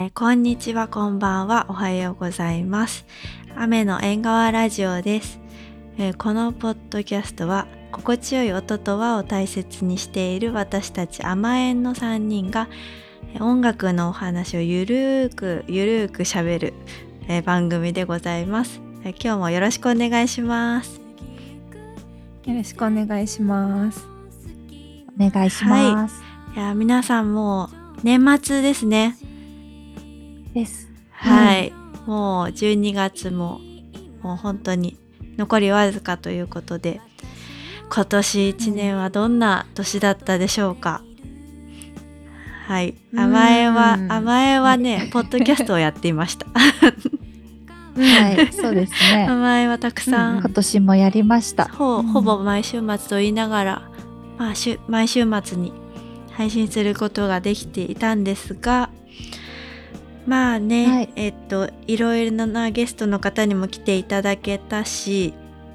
こんにちは、こんばんは、おはようございます。雨の縁側ラジオです。このポッドキャストは心地よい音と和を大切にしている私たち甘えんの3人が音楽のお話をゆるーく喋る番組でございます。今日もよろしくお願いします。 よろしくお願いします。 お願いします。 いや皆さんもう年末ですね。 です。 はい、もう12月もう本当に残りわずかということで、今年1年はどんな年だったでしょうか。はい、甘えはねポッドキャストをやっていましたはい、そうですね。 甘えはたくさん、 今年もやりました。 ほぼ毎週末と言いながら、毎週末に配信することができていたんですが、まあね、はい、いろいろなゲストの方にも来ていただけたし、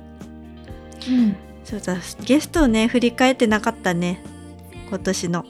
そうだ、ゲストをね振り返ってなかったね、今年の。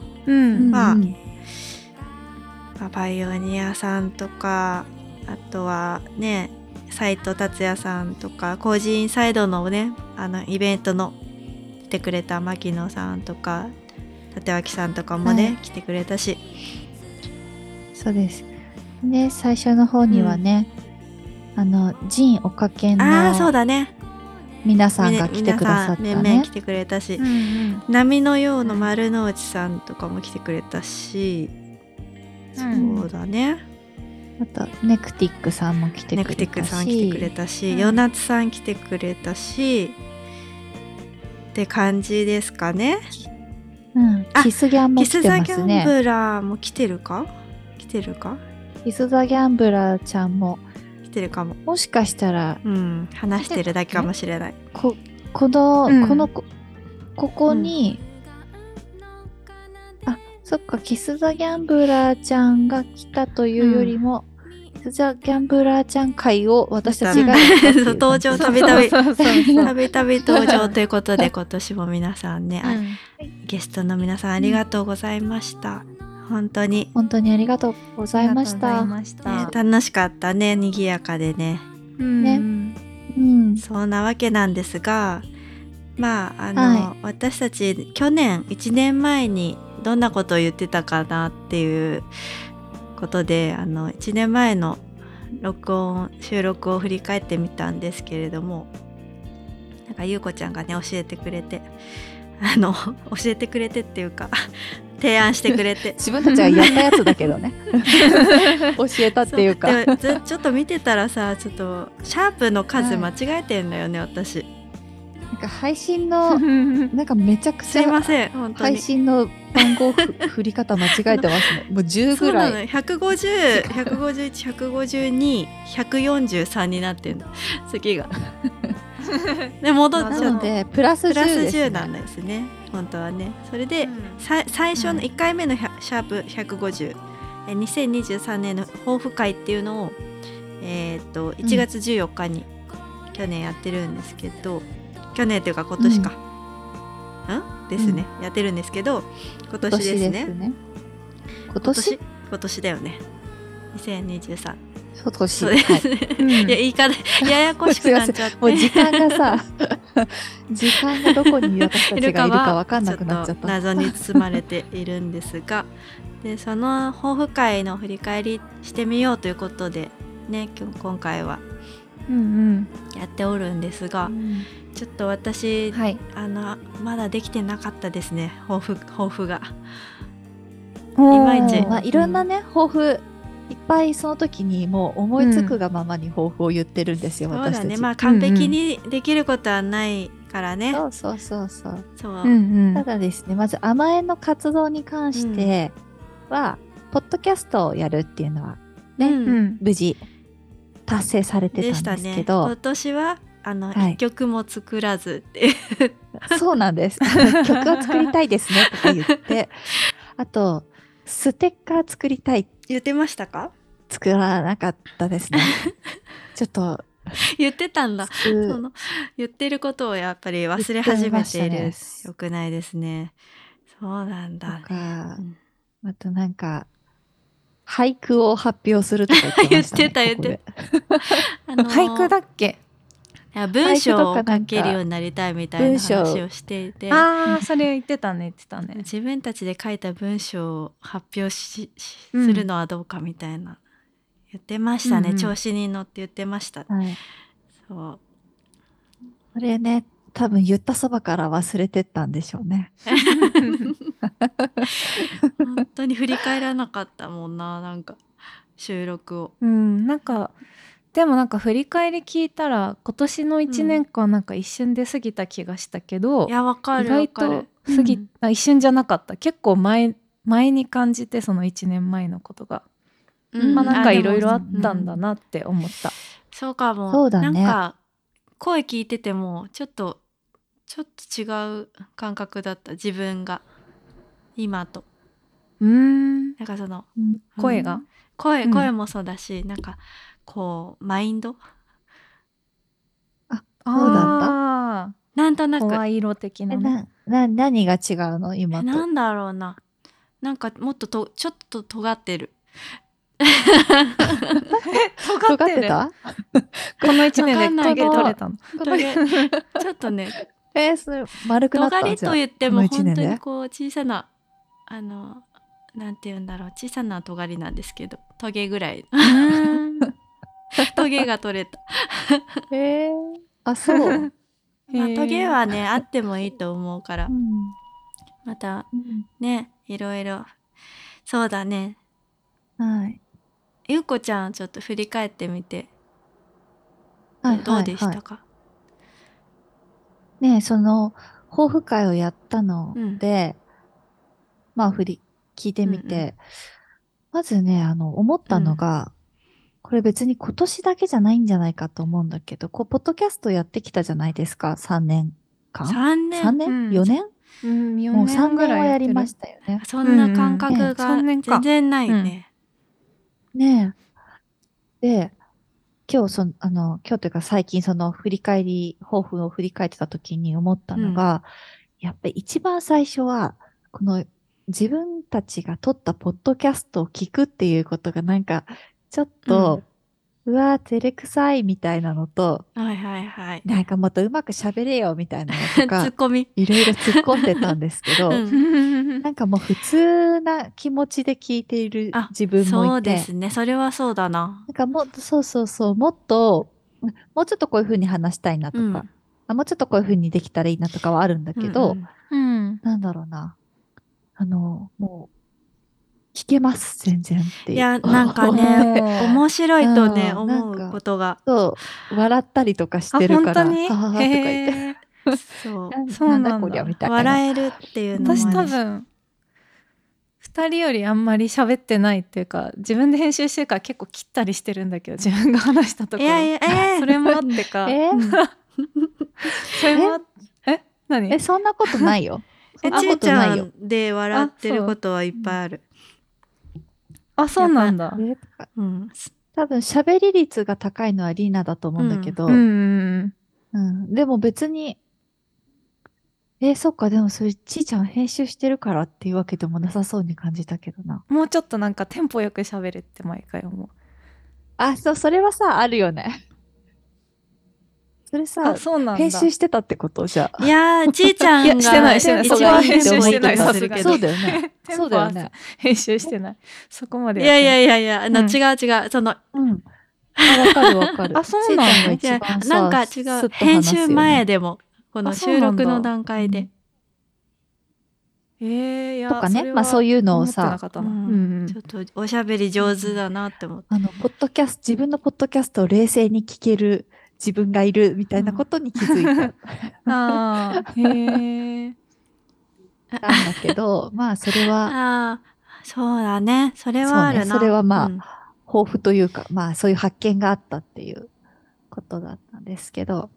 パイオニアさんとか、あとはね斉藤達也さんとか、コージーインサイドのねイベントの来てくれた牧野さんとか立脇さんとかもね、来てくれたし。 そうですね。最初の方にはね、ジンおかけのそうだね、 皆さんが来てくださったね。 面々来てくれたし、波のようの丸の内さんとかも来てくれたし、そうだね。 あとネクティックさんも来てくれたし、 ネクティックさん来てくれたし、ヨナツさん来てくれたしって感じですかね。 キスギャンも来てますね。 キスザギャンブラーも来てるかキスザギャンブラーちゃんも来てるかも。 もしかしたら、 話してるだけかもしれない。 ここに、そっか、キスザギャンブラーちゃんが来たというよりも、キスザギャンブラーちゃん会を私たちが登場、たびたび登場ということで、今年も皆さんね、ゲストの皆さんありがとうございました。本当にありがとうございました。 楽しかったね、賑やかでね。そんなわけなんですが、私たち去年1年前にどんなことを言ってたかなっていうことで、1年前の収録を振り返ってみたんですけれども、なんかゆうこちゃんがね教えてくれてっていうか提案してくれて自分たちがやったやつだけどね教えたっていうかちょっと見てたらさ、ちょっとシャープの数間違えてんだよね、私。 なんか配信のなんかめちゃくちゃ、 すいません、本当に配信の番号振り方間違えてますね。もう10ぐらい。 そうなの、150、151、152、143になってんの、次がで戻っちゃってプラス10 ですね。なんですね、本当はね。それで、最初の1回目のシャープ150、2023年の抱負会っていうのを、1月14日に去年やってるんですけど、去年っていうか今年か、ですね、やってるんですけど、今年ですね。今年だよね、2023。 そうですね。 いや、言い方ややこしくなっちゃってもう時間がさ時間がどこに私たちがいるか分かんなくなっちゃった。 謎に包まれているんですがで、その抱負会の振り返りしてみようということでね、今回はやっておるんですが、ちょっと私、まだできてなかったですね、抱負がいまいち。 いろんなね、抱負いっぱいその時にもう思いつくがままに抱負を言ってるんですよ、私たち。 そうだね、完璧にできることはないからね。 そう。ただですね、まず甘えの活動に関しては、ポッドキャストをやるっていうのはね、無事達成されてたんですけど、 今年は1曲も作らずってそうなんです曲を作りたいですねとか言ってあとステッカー作りたい言ってましたか？ 作らなかったですねちょっと言ってたんだ。言ってることをやっぱり忘れ始めている。よくないですね。そうなんだね。 あとなんか俳句を発表するとか言ってましたね。 言ってた俳句だっけ？ いや文章を書けるようになりたいみたいな話をしていて、 それ言ってたね自分たちで書いた文章を発表するのはどうかみたいな言ってましたね、調子に乗って言ってました、そうそれね、多分言ったそばから忘れてったんでしょうね。 本当に振り返らなかったもんな、なんか収録を。 なんかでもなんか振り返り聞いたら今年の1年間なんか一瞬で過ぎた気がしたけど、 いやわかる意外と一瞬じゃなかった。結構前に感じて、その1年前のことが、なんかいろいろあったんだなって思った。 そうかも。 そうだね。 なんか声聞いててもちょっと違う感覚だった、自分が今と。なんかその声が、 声もそうだし、なんかこうマインド、 そうだった。 なんとなく声色的なね。 何が違うの今と。 なんだろうな、なんかもっとちょっと尖ってる。 尖ってた？ この1年でトゲ取れたの？ ちょっとね、 それ丸くなった？ 尖りと言っても本当にこう小さななんて言うんだろう、小さな尖りなんですけど、トゲぐらいトゲが取れた。 あ、そう。 トゲはねあってもいいと思うから、またね、いろいろ。そうだね。ゆうこちゃんちょっと振り返ってみて、どうでしたか？ ね、その抱負会をやったので、まあ聞いてみて、まずね、思ったのが、これ別に今年だけじゃないんじゃないかと思うんだけど、ポッドキャストやってきたじゃないですか、3年間。 3 年 ?4 年もう3年はやりましたよね。 そんな感覚が全然ないね。 ねえ。で、今日というか最近その抱負を振り返ってた時に思ったのが、やっぱり一番最初は、この自分たちが撮ったポッドキャストを聞くっていうことがなんか、ちょっと、うわー、照れくさいみたいなのと、なんかもっとうまく喋れよみたいなのとか、いろいろ突っ込んでたんですけど、なんかもう普通な気持ちで聞いている自分もいて。 そうですね、それはそうだな。 なんかもっと、そう、もうちょっとこういう風に話したいなとか、もうちょっとこういう風にできたらいいなとかはあるんだけど、なんだろうな。もう、聞けます、全然っていう。 いや、なんかね、面白いとね、思うことが。 そう、笑ったりとかしてるから、 本当に？ はははとか言って。 そうなんこりゃみたいな。 笑えるっていうのも私多分、2人よりあんまり喋ってないっていうか、自分で編集してるから結構切ったりしてるんだけど、自分が話したところ。それもあってか。それも何？ そんなことないよ。 ちーちゃんで笑ってることはいっぱいある。 あ、そうなんだ。 多分喋り率が高いのはリーナだと思うんだけど、でも別に、そっか、でもそれちーちゃん編集してるからっていうわけでもなさそうに感じたけどな。 もうちょっとなんかテンポよく喋れって毎回思う。 それはさ、あるよね。それさ、編集してたってことじゃあ。 いやー、ちーちゃんがしてない。 一番編集してない。 そうだよね。そうだよね。 編集してない。そこまで。 いや、違う。その、 わかる。 そうなんだ。なんか違う。編集前でも、この収録の段階で。 とかね、まあそういうのをさ、 ちょっとおしゃべり上手だなって思って。 自分のポッドキャストを冷静に聞ける自分がいるみたいなことに気づいた。なんだけど、まあそれは。 そうだね。それはあるな。 それはまあ、抱負というか、まあそういう発見があったっていうことだったんですけど。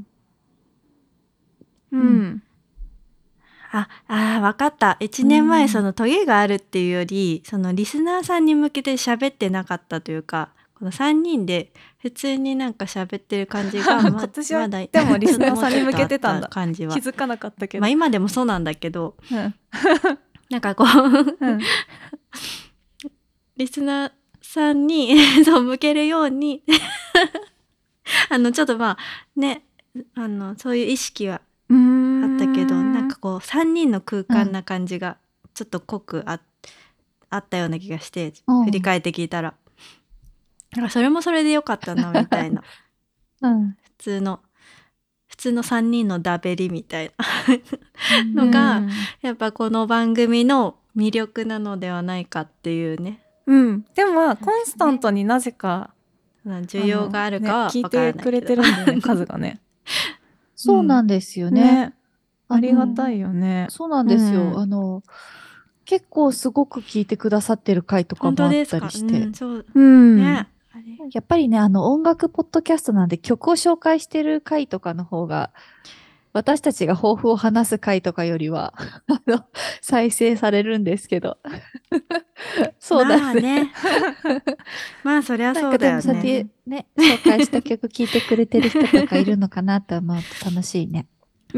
わかった。1年前そのトゲがあるっていうより、そのリスナーさんに向けて喋ってなかったというか、この3人で普通になんか喋ってる感じが私はでもリスナーさんに向けてたんだ。 感じは気づかなかったけど。 まあ今でもそうなんだけど、なんかこうリスナーさんにそう向けるようにちょっとまあねそういう意識はあったけど、なんかこう3人の空間な感じがちょっと濃くあったような気がして、振り返って聞いたらなんかそれもそれでよかったなみたいな、普通の3人のダベリみたいなのがやっぱこの番組の魅力なのではないかっていうね。 でもコンスタントになぜか需要があるかは分からないけど、 聞いてくれてるんだよね数がね。 そうなんですよね。 ありがたいよね。 そうなんですよ。結構すごく聞いてくださってる回とかもあったりして。 ね。 やっぱりね、音楽ポッドキャストなんで曲を紹介してる回とかの方が、私たちが抱負を話す回とかよりは、再生されるんですけど。そうだね。 まあ、そりゃそうだよね。 なんかでもそうやってね、紹介した曲聴いてくれてる人とかいるのかなと思うと楽しいね。 そう。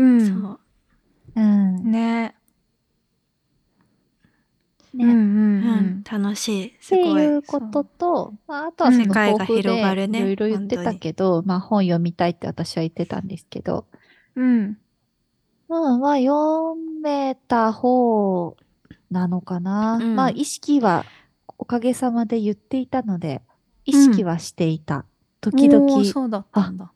ね。 楽しい。すってごい。 いうことと、あとはその抱負でいろいろ言ってたけど、本読みたいって私は言ってたんですけど、読めた方なのかな。意識はおかげさまで言っていたので、意識はしていた。時々。 そうだったんだ。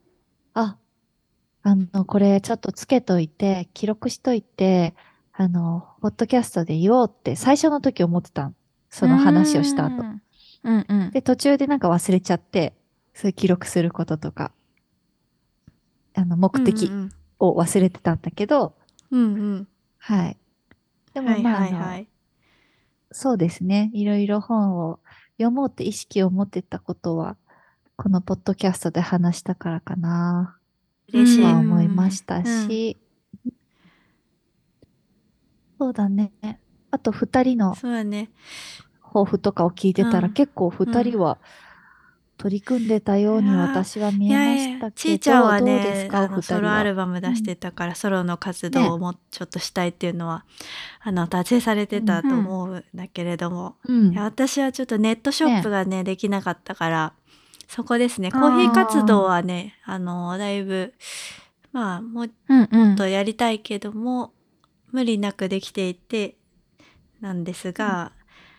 これちょっとつけといて、記録しといて、ポッドキャストで言おうって最初の時思ってた。その話をした後。で、途中でなんか忘れちゃって、そういう記録することとか、目的を忘れてたんだけど、はい。でもそうですね。いろいろ本を読もうって意識を持ってたことは、このポッドキャストで話したからかな。 嬉しい。 思いましたし、そうだね。あと2人の抱負とかを聞いてたら、結構2人は取り組んでたように私は見えましたけど、 ちーちゃんはね、 どうですか、お二人は。 ソロアルバム出してたから、ソロの活動をもうちょっとしたいっていうのは、達成されてたと思うんだけれども、私はちょっとネットショップがね、できなかったから、そこですね。コーヒー活動はね、だいぶ、もっとやりたいけども、無理なくできていて、なんですが、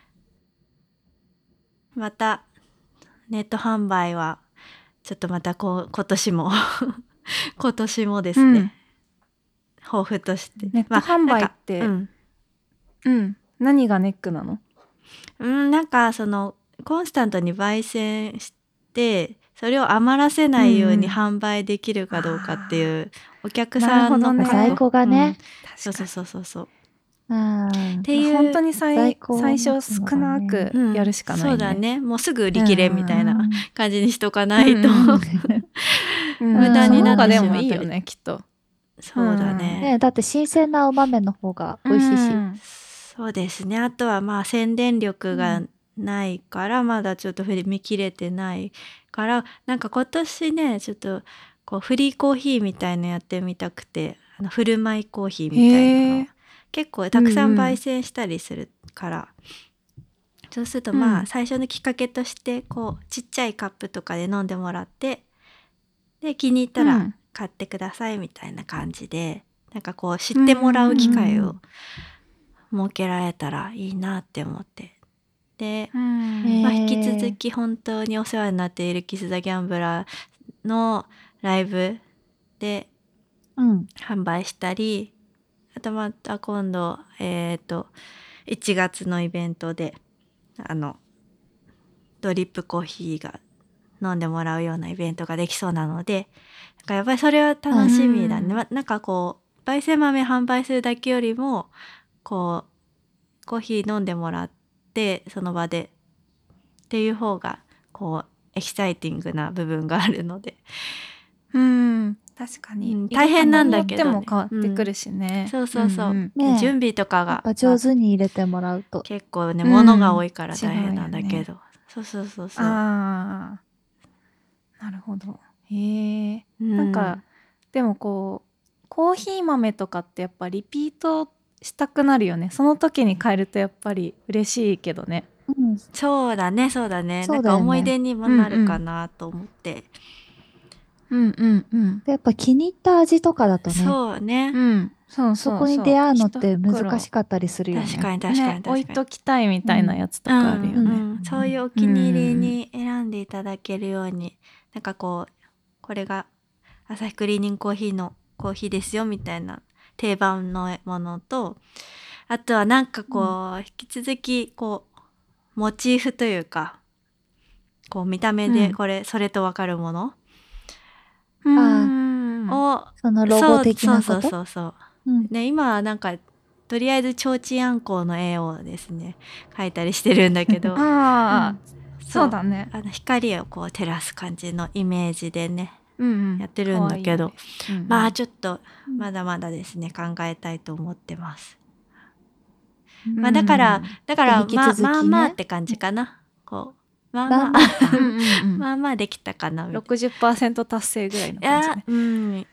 また、ネット販売は、ちょっとまた今年も今年もですね、抱負として。 ネット販売って、何がネックなの？ なんかコンスタントに焙煎してそれを余らせないように販売できるかどうかっていう、お客さんの在庫がね、 そうっていう、 本当に最初少なくやるしかないね。 そうだね。もうすぐ売り切れみたいな感じにしとかないと無駄になってしまったり。 でもいいよね、きっと。 そうだね。 だって新鮮なお豆の方が美味しいし。 そうですね。あとは宣伝力がないから、まだちょっと振り切れてないから、なんか今年ね、ちょっとこうフリーコーヒーみたいのやってみたくて、振る舞いコーヒーみたいなの結構たくさん焙煎したりするから、そうすると最初のきっかけとしてこうちっちゃいカップとかで飲んでもらって、で気に入ったら買ってくださいみたいな感じで、なんかこう知ってもらう機会を設けられたらいいなって思って、で、引き続き本当にお世話になっているキス・ザ・ギャンブラーのライブで販売したり、あとまた今度1月のイベントでドリップコーヒーが飲んでもらうようなイベントができそうなので、なんかやっぱりそれは楽しみだね。なんかこう焙煎豆販売するだけよりもこうコーヒー飲んでもらってその場でっていう方がこうエキサイティングな部分があるので、 確かに、 大変なんだけど、 ね、も変わってくるしね、 そう、準備とかがやっぱ上手に入れてもらうと結構ね、物が多いから大変なんだけど、そうなるほど。なんかでもこうコーヒー豆とかってやっぱリピートしたくなるよね。その時に買えるとやっぱり嬉しいけどね。 そうだねそうだね。なんか思い出にもなるかなと思って。 やっぱ気に入った味とかだとね。 そうね。 そこに出会うのって難しかったりするよね。 確かに置いときたいみたいなやつとかあるよね。 そういうお気に入りに選んでいただけるように、なんかこれがアサヒクリーニングコーヒーのコーヒーですよみたいな定番のものと、あとはなんか引き続きモチーフというか見た目でそれと分かるものを、 そのロゴ的なこと。 そうね、今はなんかとりあえず提灯あんこうの絵をですね描いたりしてるんだけどそうだね。 光を照らす感じのイメージでね、やってるんだけど、まあちょっとまだまだですね考えたいと思ってます。まあだからまあまあって感じかな。まあまあできたかなみたいな。 60% 達成ぐらいの感じね。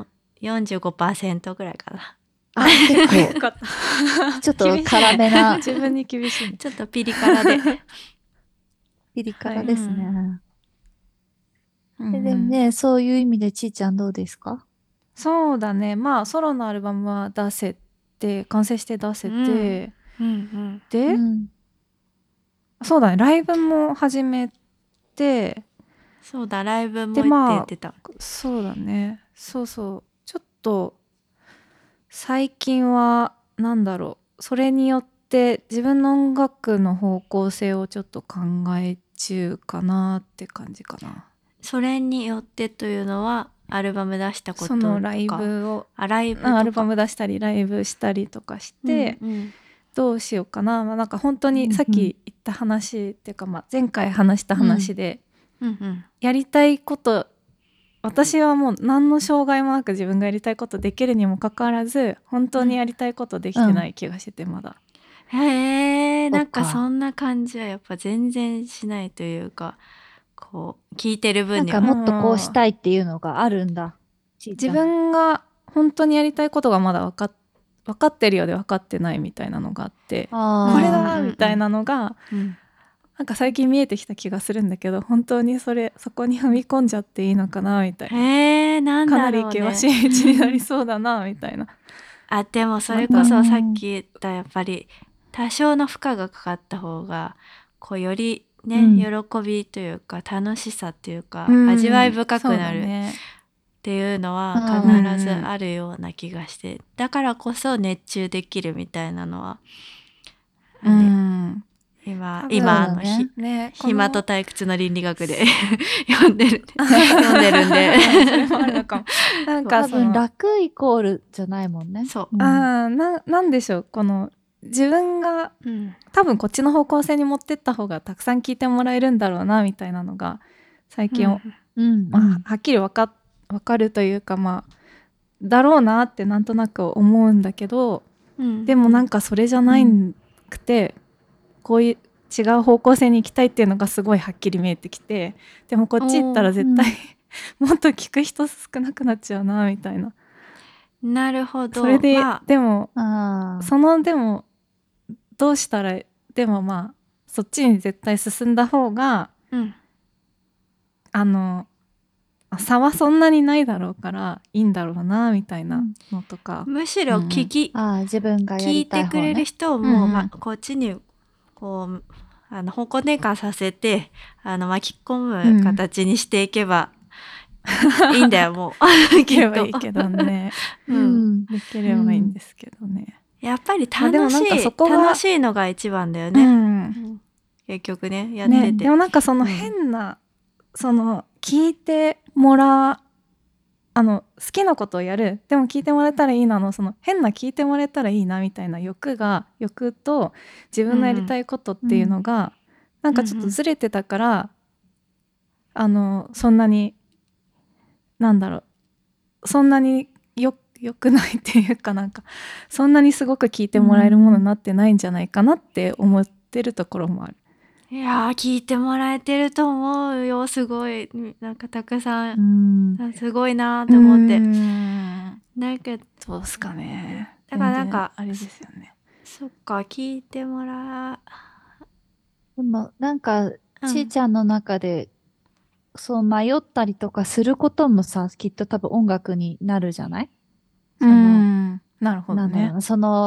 45% ぐらいかな。 結構ちょっと辛めな。 自分に厳しい。 ちょっとピリ辛で。 ピリ辛ですね。でもね、そういう意味でちーちゃんどうですか？ そうだね。まあソロのアルバムは完成して出せて、で、そうだね、ライブも始めて、 そうだ、ライブも言ってた。 そうだね。ちょっと最近はそれによって自分の音楽の方向性をちょっと考え中かなって感じかな。 それによってというのはアルバム出したこととか、 そのライブをアルバム出したりライブしたりとかして、どうしようかな。なんか本当にさっき言った話っていうか、前回話した話で、やりたいこと私はもう何の障害もなく自分がやりたいことできるにもかかわらず本当にやりたいことできてない気がしててまだ。 なんかそんな感じはやっぱ全然しないというか、聞いてる分にはなんかもっとこうしたいっていうのがあるんだ。 自分が本当にやりたいことがまだ分かってるようで分かってないみたいなのがあって、これだみたいなのが、なんか最近見えてきた気がするんだけど、本当にそこに踏み込んじゃっていいのかなみたいな。かなり険しい道になりそうだなみたいな。 でもそれこそさっき言ったやっぱり多少の負荷がかかった方がよりね、喜びというか楽しさというか、味わい深くなるっていうのは必ずあるような気がして、だからこそ熱中できるみたいなのは、今暇と退屈の倫理学で読んでるんでそれもあるのかも。 なんか多分楽イコールじゃないもんね。 そう。なんでしょう、この自分が、多分こっちの方向性に持ってった方がたくさん聞いてもらえるんだろうなみたいなのが最近はっきり分かるというか、だろうなってなんとなく思うんだけど、でもなんかそれじゃないくて、こういう違う方向性に行きたいっていうのがすごいはっきり見えてきて、でもこっち行ったら絶対もっと聞く人少なくなっちゃうなみたいな。 なるほど。 それで、でもでもどうしたらでもそっちに絶対進んだ方が、差はそんなにないだろうからいいんだろうなみたいなのとか、 むしろ自分がやりたい方ね、 聞いてくれる人も、こっちに方向転換させて巻き込む形にしていけばいいんだよ、もう。 できればいいけどね。できればいいんですけどね。 やっぱり楽しいのが一番だよね。結局ね、やってて。 でもなんかその変な、聞いてもら好きなことをやる、でも聞いてもらえたらいいなの、変な聞いてもらえたらいいなみたいな欲と自分のやりたいことっていうのが、なんかちょっとずれてたから、そんなにそんなによくないっていうか、なんかそんなにすごく聞いてもらえるものになってないんじゃないかなって思ってるところもある。 いや聞いてもらえてると思うよ、すごい。なんかたくさん、すごいなと思って。なんかそうっすかね。 だからなんかあれですよね。 そっか、聞いてもらでもなんか、ちーちゃんの中で、そう迷ったりとかすることもさ、きっと多分音楽になるじゃない？ なるほどね。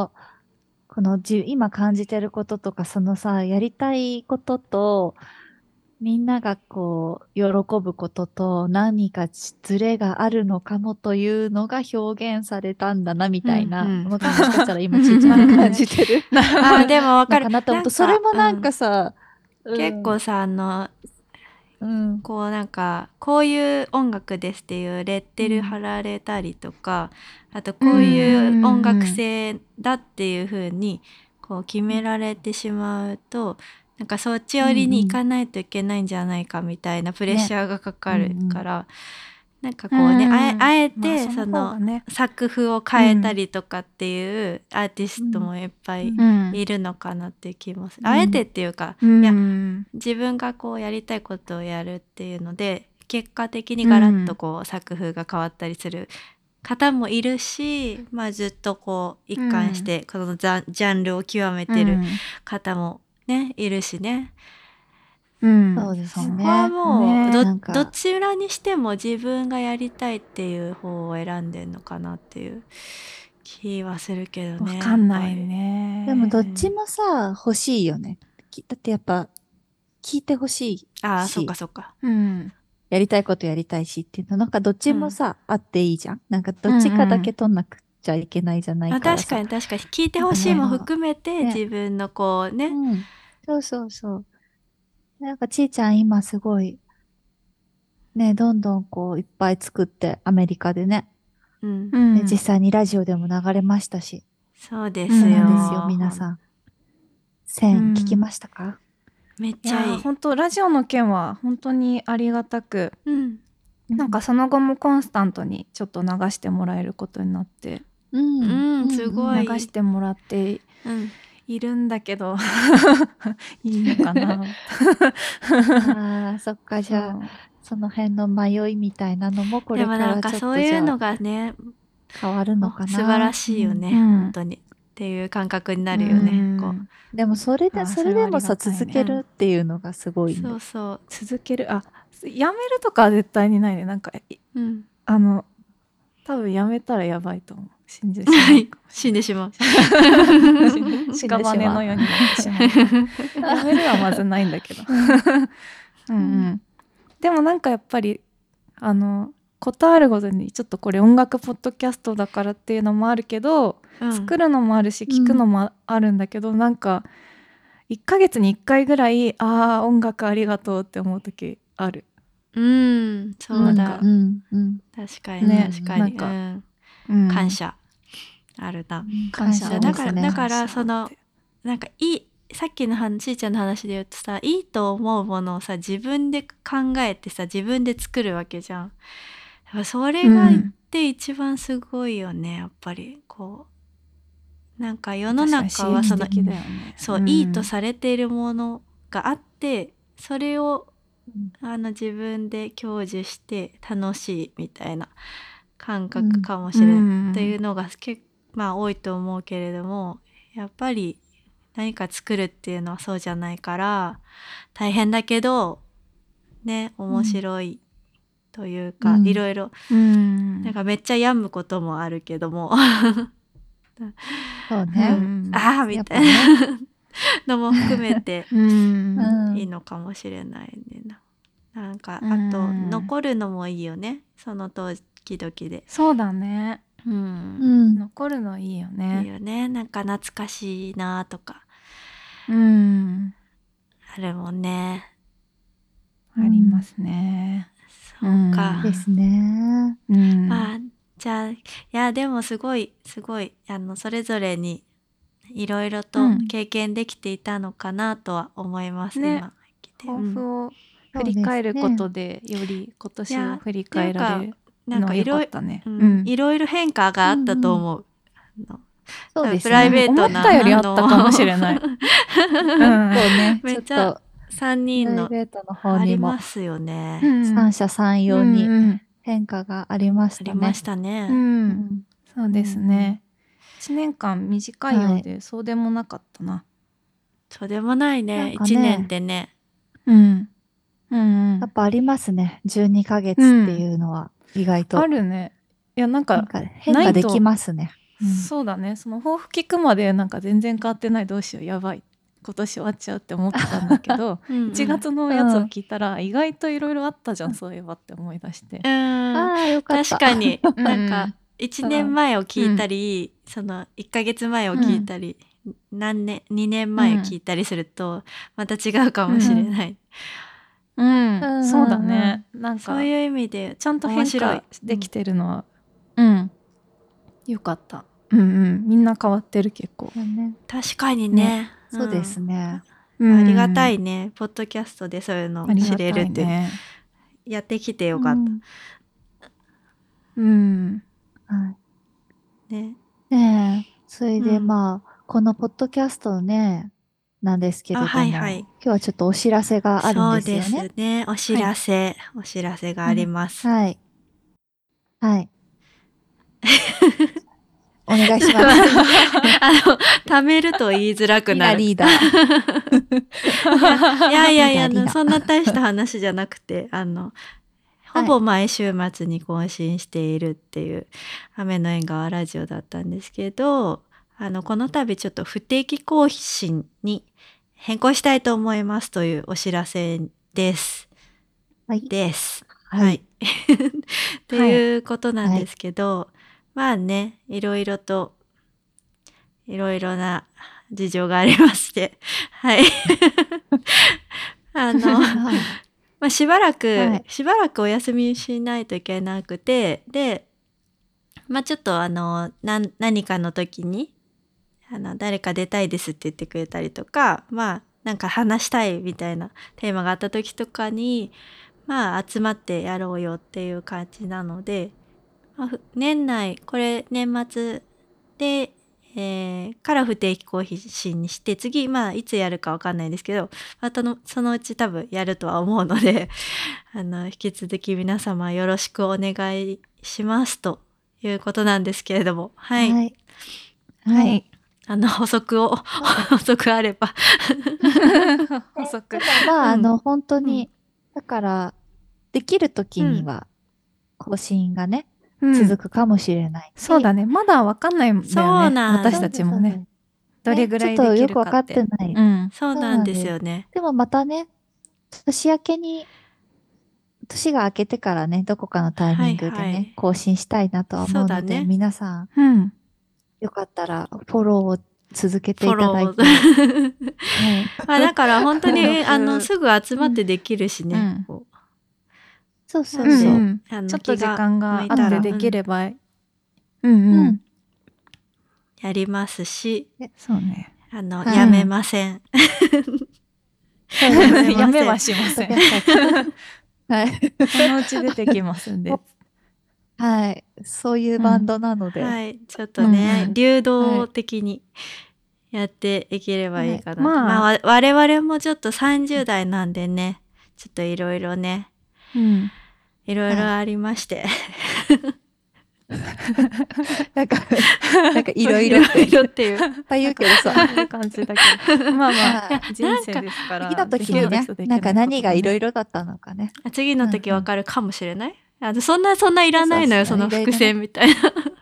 今感じてることとか、そのさ、やりたいことと、みんながこう、喜ぶことと何かズレがあるのかもというのが表現されたんだな、みたいなのが、もしかしたら今、ちーちゃんが感じてる。 でもわかる。 かなと思うと、それもなんかさ、 結構さ、こうなんか、こういう音楽ですっていうレッテル貼られたりとか、あとこういう音楽性だっていう風に、こう決められてしまうと、なんかそっち寄りに行かないといけないんじゃないかみたいなプレッシャーがかかるから、なんかこうね、あえてその作風を変えたりとかっていうアーティストもいっぱいいるのかなっていう気もする。あえてっていうか、いや自分がこうやりたいことをやるっていうので結果的にガラッとこう作風が変わったりする方もいるし、まあずっとこう一貫してこのジャンルを極めてる方もね、いるしね。 そうですね。 そこはもうどちらにしても自分がやりたいっていう方を選んでんのかなっていう気はするけどね。 わかんないね。 でもどっちもさ、欲しいよね。だってやっぱ聞いてほしいし。 そうかそうか。 やりたいことやりたいしっていうの、なんかどっちもさ、あっていいじゃん。なんかどっちかだけ取んなくちゃいけないじゃないからさ。 確かに確かに。聞いてほしいも含めて自分のこうね。 そうそうそう。なんかちーちゃん今すごい、ね、どんどんこういっぱい作ってアメリカでね。実際にラジオでも流れましたし。 そうですよ。 そうなんですよ、皆さん。1000聞きましたか？ めっちゃいい。 本当ラジオの件は本当にありがたく、なんかその後もコンスタントにちょっと流してもらえることになって、 すごい流してもらっているんだけど、いいのかな。 そっか、じゃあその辺の迷いみたいなのもこれからちょっとでもなんかそういうのがね変わるのかな。 素晴らしいよね、本当にっていう感覚になるよね。こうでもそれでもさ、続けるっていうのがすごいね。 そうそう、 続ける。やめるとかは絶対にないね。なんか多分やめたらやばいと思う。死んでしまう。屍のようになってしまう。やめるはまずないんだけど。でもなんかやっぱりことあるごとにちょっとこれ音楽ポッドキャストだからっていうのもあるけど、作るのもあるし聞くのもあるんだけど、なんか1ヶ月に1回ぐらい音楽ありがとうって思う時ある。 そうだ。確かにね、確かに。感謝あるな。 感謝だからそのなんかさっきのしーちゃんの話で言うとさ、いいと思うものをさ自分で考えてさ自分で作るわけじゃん。それがって一番すごいよね、やっぱりこうなんか世の中はいいとされているものがあって、それを自分で享受して楽しいみたいな感覚かもしれないっていうのが多いと思うけれども、やっぱり何か作るっていうのはそうじゃないから大変だけどね、面白いというか、いろいろなんかめっちゃ病むこともあるけどもそうね、 みたいなのも含めていいのかもしれないね。なんかあと残るのもいいよね、その時々で。 そうだね、残るのいいよね。 いいよね、なんか懐かしいなとかあるもんね。 ありますね。 そうか。 ですね。 じゃあいやでもすごいそれぞれにいろいろと経験できていたのかなとは思いますね。 抱負を振り返ることでより今年を振り返られるのは良かったね。 いろいろ変化があったと思う。 そうですね。 プライベートな思ったよりあったかもしれない。 めっちゃ3人のありますよね。 三者三様に変化がありましたね。 ありましたね。 そうですね。1年間短いようでそうでもなかったな。 そうでもないね。1年ってね。 うんやっぱありますね。12ヶ月っていうのは意外と。 あるね。いやなんか変化できますね。 そうだね。その抱負聞くまでなんか全然変わってない、どうしようやばい今年終わっちゃうって思ってたんだけど1月のやつを聞いたら意外といろいろあったじゃん、そういえばって思い出して。 よかった。 確かになんか1年前を聞いたり、その1ヶ月前を聞いたり、2年前を聞いたりするとまた違うかもしれない。 そうだね。なんかそういう意味でちゃんと変化できてるのはよかった。みんな変わってる結構。 確かにね。 そうですね。 ありがたいね。ポッドキャストでそういうのを知れるって、やってきてよかった。 ね。それでまあこのポッドキャストねなんですけれども、今日はちょっとお知らせがあるんですよね。 そうですね。お知らせがあります。 はい。お願いします。 貯めると言いづらくなる。 リーダー。 いやそんな大した話じゃなくて、ほぼ毎週末に更新しているっていう雨の縁側ラジオだったんですけど、この度ちょっと不定期更新に変更したいと思いますというお知らせです。はい。っていうことなんですけど、まあね、いろいろな事情がありまして、はい。まあ、しばらくお休みしないといけなくて、で、まあちょっと何かの時に誰か出たいですって言ってくれたりとか、まあなんか話したいみたいなテーマがあった時とかに、まあ集まってやろうよっていう感じなので、まあ、年内これ年末で、から不定期更新にして、次まあいつやるかわかんないですけど、そのうち多分やるとは思うので引き続き皆様よろしくお願いしますということなんですけれども、はい。補足あれば補足。まあ本当に、だからできる時には更新がね、続くかもしれない。 そうだね。まだわかんないんだよね。私たちもね。どれぐらいできるかって。ちょっとよくわかってない。 そうなんですよね。 でもまたね、年明けに、年が明けてからね、どこかのタイミングでね、更新したいなとは思うので、皆さん、よかったらフォローを続けていただいて。 まあだから本当にすぐ集まってできるしね。 そう。ちょっと時間があってできれば、 やりますし、 そうね。 やめません。 やめはしません。 はい。 そのうち出てきますんで。 はい。そういうバンドなので。 はい。ちょっとね、流動的にやっていければいいかな。まあ我々もちょっと30代なんでね、ちょっといろいろね、いろいろありまして。 なんかいろいろっていう。 言うけどさ。 そういう感じだけど。まあ、人生ですから。 次の時にね、なんか何がいろいろだったのかね。 次の時わかるかもしれない。そんないらないのよ、その伏線みたいな。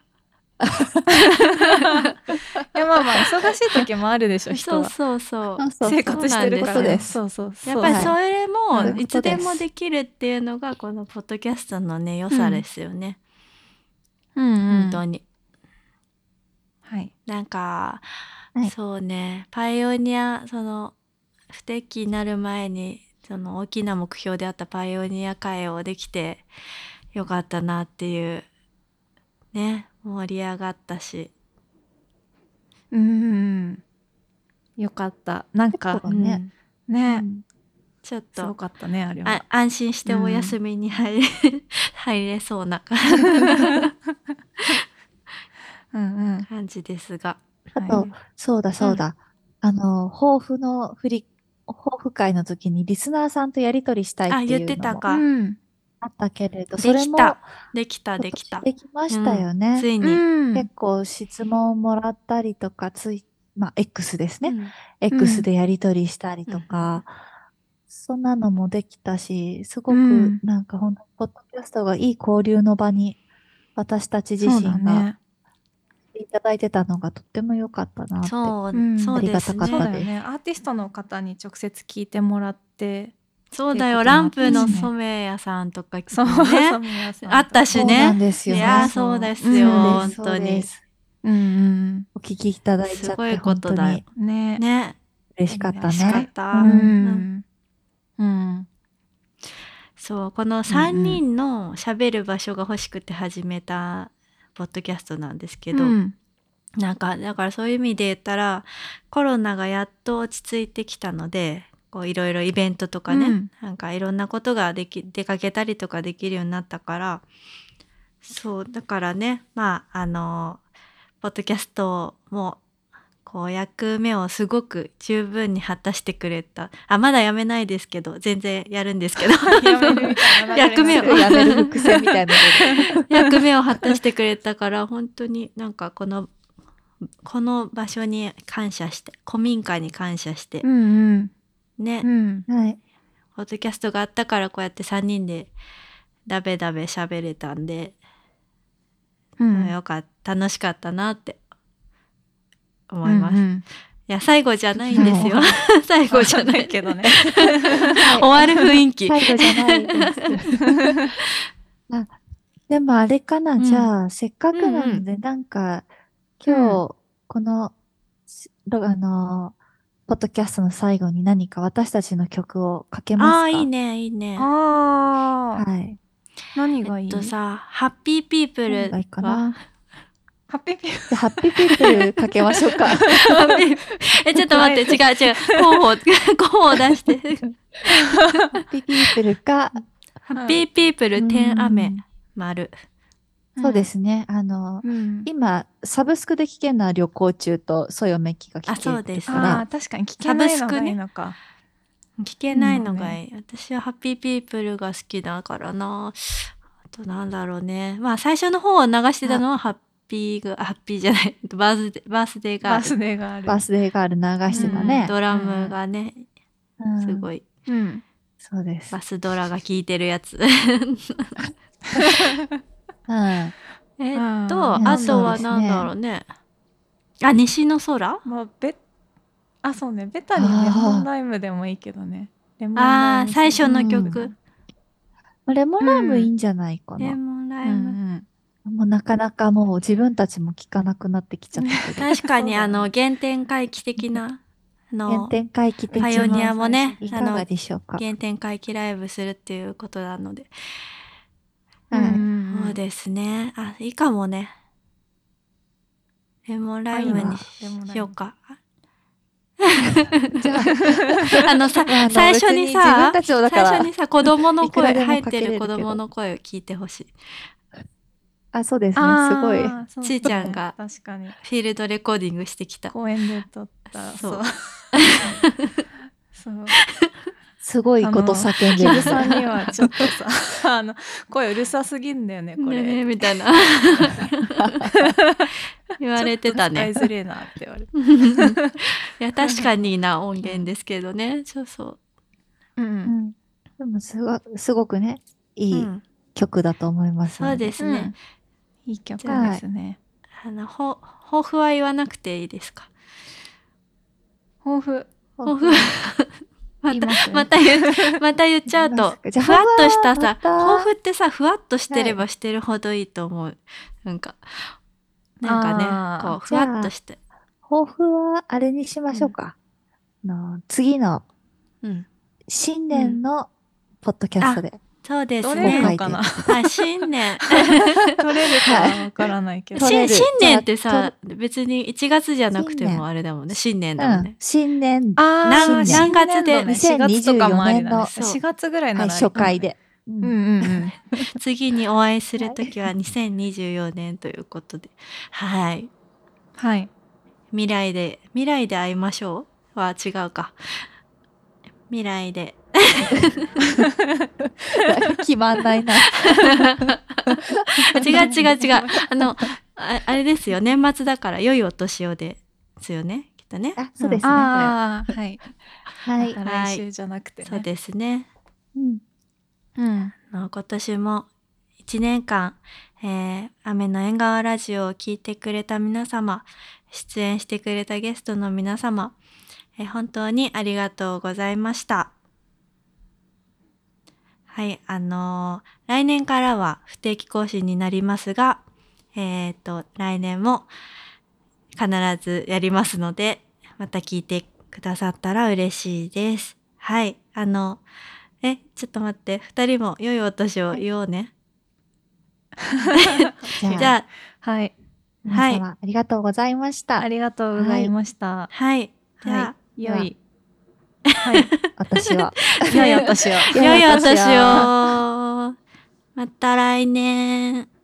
いやまあ忙しい時もあるでしょ、人は。 そう生活してるからね。 そうやっぱりそれもいつでもできるっていうのがこのポッドキャストのね良さですよね。本当に。 はい。 なんかそうね、パイオニア不定期になる前に大きな目標であったパイオニア会をできてよかったなっていうね、盛り上がったし。 よかった。なんかね、ちょっとすごかったね、あれは。 安心してお休みに入れそうな感じですが。 あと、そうだ。抱負会の時にリスナーさんとやり取りしたいっていうのも言ってたか。 あったけれど、それもできた。 できましたよね。 ついに。 結構質問をもらったりとか、ツイッまあ X ですね。X でやり取りしたりとか、そんなのもできたし、すごくなんか本当ポッドキャストがいい交流の場に私たち自身がいただいてたのがとっても良かったなって。 そう、 ありがたかったです。 アーティストの方に直接聞いてもらって、 そうだよ、ランプの染谷さんとか聞いてね、あったしね。 そうなんですよね。 いや、そうですよ、本当に。 お聞きいただいちゃって本当にね、 嬉しかったね。 嬉しかった。そう、この3人の喋る場所が欲しくて始めたポッドキャストなんですけど、なんかだからそういう意味で言ったらコロナがやっと落ち着いてきたので、こういろいろイベントとかね、なんかいろんなことが出かけたりとかできるようになったから、そうだからね、まあポッドキャストもこう役目をすごく十分に果たしてくれた。まだやめないですけど、全然やるんですけど役目をやめる伏線みたいな役目を果たしてくれたから、本当になんかこの場所に感謝して、古民家に感謝して、ね、 はい、 ポッドキャストがあったからこうやって3人でダベダベ喋れたんで、よかった、楽しかったなって思います。いや、最後じゃないんですよ。最後じゃないけどね。終わる雰囲気。 最後じゃないです。でもあれかな、じゃあ、せっかくなので、なんか、今日、この、ポッドキャストの最後に何か私たちの曲をかけますか？ いいね、いいね。 はい。 何がいい？ ハッピーピープルは？ ハッピーピープル。 ハッピーピープルかけましょうか。 ちょっと待って、違う。候補を出して。 ハッピーピープルか。 ハッピーピープル、天雨、丸。 そうですね。今、サブスクで聴けるのは旅行中と、そよめきが聴けるから。 確かに聴けないのがいいのか。 聴けないのがいい。私はハッピーピープルが好きだからな。あとなんだろうね。まあ最初の方を流してたのはハッピーじゃない。バースデーガール。 バースデーガール流してたね。 ドラムがね、すごい。 そうです。 バスドラが聴いてるやつ。あとはなんだろうね。西の空？ そうね。ベタにレモンライムでもいいけどね。 最初の曲。 レモンライムいいんじゃないかな。 レモンライム。 もうなかなかもう自分たちも聴かなくなってきちゃったけど。 確かに原点回帰的な。 原点回帰的な。 パイオニアもね、 いかがでしょうか。 原点回帰ライブするっていうことなので。そうですね。いいかもね。レモンライムにしようか。最初にさ、子供の声、入ってる子供の声を聞いてほしい。 そうですね。すごい。 ちーちゃんがフィールドレコーディングしてきた。 公園で撮った。そう。 すごいこと叫んでる。 さんにはちょっとさ、声うるさすぎんだよね、これ。 ねみたいな。言われてたね。 使いづれえなって言われて。 いや、確かにな音源ですけどね。そう。 でもすごくね、いい曲だと思います。 そうですね。 いい曲ですね。 抱負は言わなくていいですか？ 抱負。 また言っちゃうと、ふわっとしたさ、抱負ってさ、ふわっとしてればしてるほどいいと思う。なんかね、こう、ふわっとして。 抱負はあれにしましょうか。次の、新年のポッドキャストで。 そうですね。 取れるのかな？ 新年。 取れるかわからないけど。 新年ってさ、別に1月じゃなくてもあれだもんね。新年だもんね。 新年。 何月で 4月とかもありなの 4月ぐらいなら初回で。 次にお会いするときは2024年ということで。はい。未来で会いましょうは違うか。未来で。 決まんないな。 違う。あれですよ。年末だから良いお年をですよね。きっっとね。 そうですね。 はい。 はい。 来週じゃなくてね。 そうですね。 うん。 今年も1年間、雨の縁側ラジオを聞いてくれた皆様、出演してくれたゲストの皆様、本当にありがとうございました。はい、来年からは不定期更新になりますが、来年も必ずやりますので、また聞いてくださったら嬉しいです。はい、ちょっと待って、2人も良いお年を言おうね。 じゃあ、 はい。 皆様、ありがとうございました。 ありがとうございました。 はい。じゃあ、 良い。はい。 私は。 良いお年を。 良いお年を。また来年。